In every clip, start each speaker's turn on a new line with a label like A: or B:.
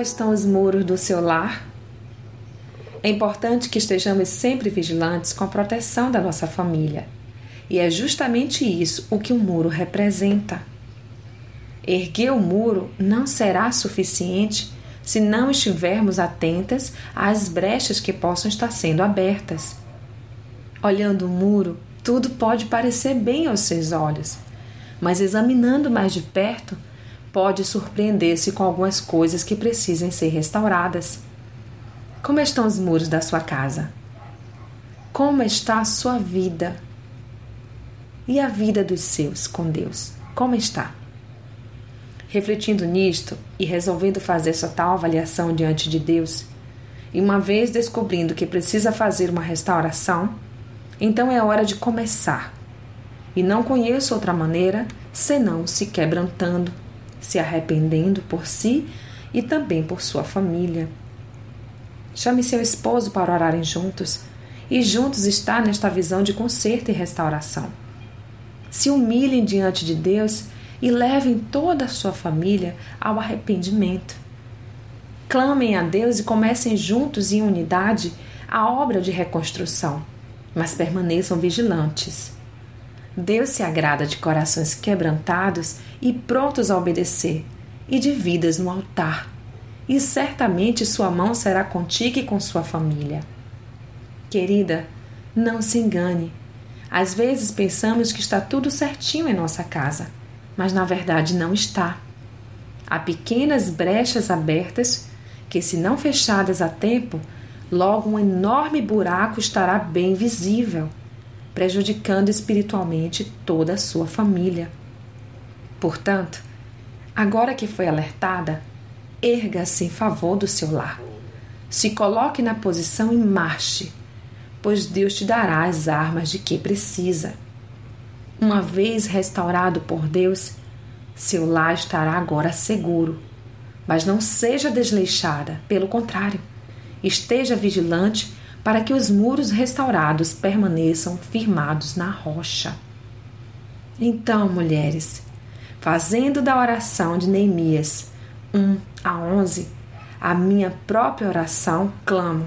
A: estão os muros do seu lar? É importante que estejamos sempre vigilantes com a proteção da nossa família. E é justamente isso o que o muro representa. Erguer o muro não será suficiente se não estivermos atentas às brechas que possam estar sendo abertas. Olhando o muro, tudo pode parecer bem aos seus olhos, mas examinando mais de perto, pode surpreender-se com algumas coisas que precisem ser restauradas. Como estão os muros da sua casa? Como está a sua vida? E a vida dos seus com Deus? Como está? Refletindo nisto e resolvendo fazer essa tal avaliação diante de Deus, e uma vez descobrindo que precisa fazer uma restauração, então é hora de começar. E não conheço outra maneira senão se quebrantando, se arrependendo por si e também por sua família. Chame seu esposo para orarem juntos e juntos estar nesta visão de conserto e restauração. Se humilhem diante de Deus e levem toda a sua família ao arrependimento. Clamem a Deus e comecem juntos em unidade a obra de reconstrução, mas permaneçam vigilantes. Deus se agrada de corações quebrantados e prontos a obedecer, e de vidas no altar. E certamente sua mão será contigo e com sua família. Querida, não se engane. Às vezes pensamos que está tudo certinho em nossa casa, mas na verdade não está. Há pequenas brechas abertas que, se não fechadas a tempo, logo um enorme buraco estará bem visível, prejudicando espiritualmente toda a sua família. Portanto, agora que foi alertada, erga-se em favor do seu lar. Se coloque na posição e marche, pois Deus te dará as armas de que precisa. Uma vez restaurado por Deus, seu lar estará agora seguro. Mas não seja desleixada, pelo contrário, esteja vigilante para que os muros restaurados permaneçam firmados na rocha. Então, mulheres, fazendo da oração de Neemias 1-11, a minha própria oração, clamo: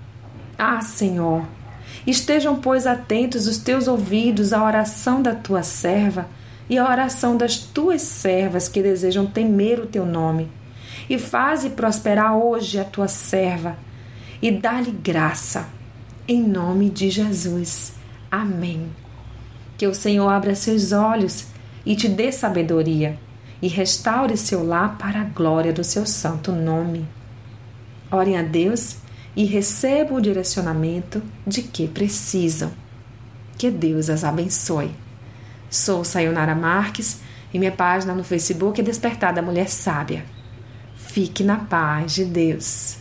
A: Ah, Senhor, estejam, pois, atentos os teus ouvidos à oração da tua serva e à oração das tuas servas que desejam temer o teu nome. E faze prosperar hoje a tua serva e dá-lhe graça. Em nome de Jesus. Amém. Que o Senhor abra seus olhos e te dê sabedoria e restaure seu lar para a glória do seu santo nome. Orem a Deus e recebam o direcionamento de que precisam. Que Deus as abençoe. Sou Sayonara Marques e minha página no Facebook é Despertar da Mulher Sábia. Fique na paz de Deus.